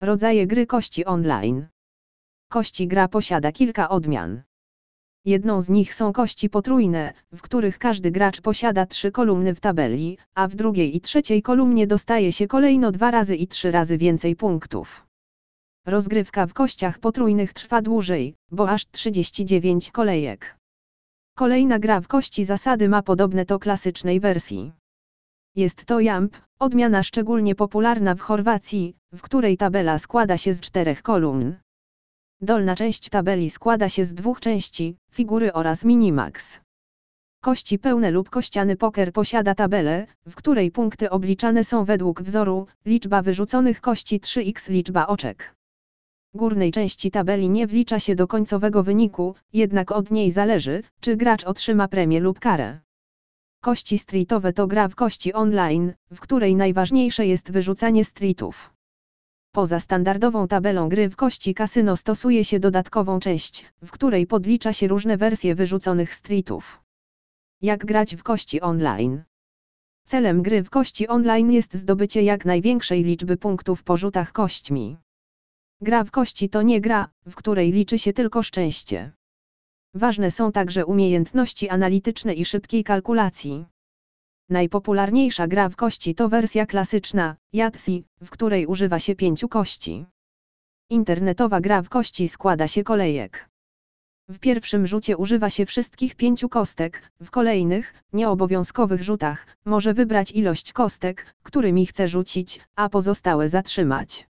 Rodzaje gry kości online. Kości gra posiada kilka odmian. Jedną z nich są kości potrójne, w których każdy gracz posiada 3 kolumny w tabeli, a w drugiej i trzeciej kolumnie dostaje się kolejno 2 razy i 3 razy więcej punktów. Rozgrywka w kościach potrójnych trwa dłużej, bo aż 39 kolejek. Kolejna gra w kości zasady ma podobne do klasycznej wersji. Jest to Jump, odmiana szczególnie popularna w Chorwacji, w której tabela składa się z 4 kolumn. Dolna część tabeli składa się z 2 części, figury oraz minimax. Kości pełne lub kościany poker posiada tabelę, w której punkty obliczane są według wzoru, liczba wyrzuconych kości 3x liczba oczek. Górnej części tabeli nie wlicza się do końcowego wyniku, jednak od niej zależy, czy gracz otrzyma premię lub karę. Kości streetowe to gra w kości online, w której najważniejsze jest wyrzucanie streetów. Poza standardową tabelą gry w kości kasyno stosuje się dodatkową część, w której podlicza się różne wersje wyrzuconych streetów. Jak grać w kości online? Celem gry w kości online jest zdobycie jak największej liczby punktów po rzutach kośćmi. Gra w kości to nie gra, w której liczy się tylko szczęście. Ważne są także umiejętności analityczne i szybkiej kalkulacji. Najpopularniejsza gra w kości to wersja klasyczna, Yahtzee, w której używa się 5 kości. Internetowa gra w kości składa się kolejek. W pierwszym rzucie używa się wszystkich 5 kostek, w kolejnych, nieobowiązkowych rzutach, może wybrać ilość kostek, którymi chce rzucić, a pozostałe zatrzymać.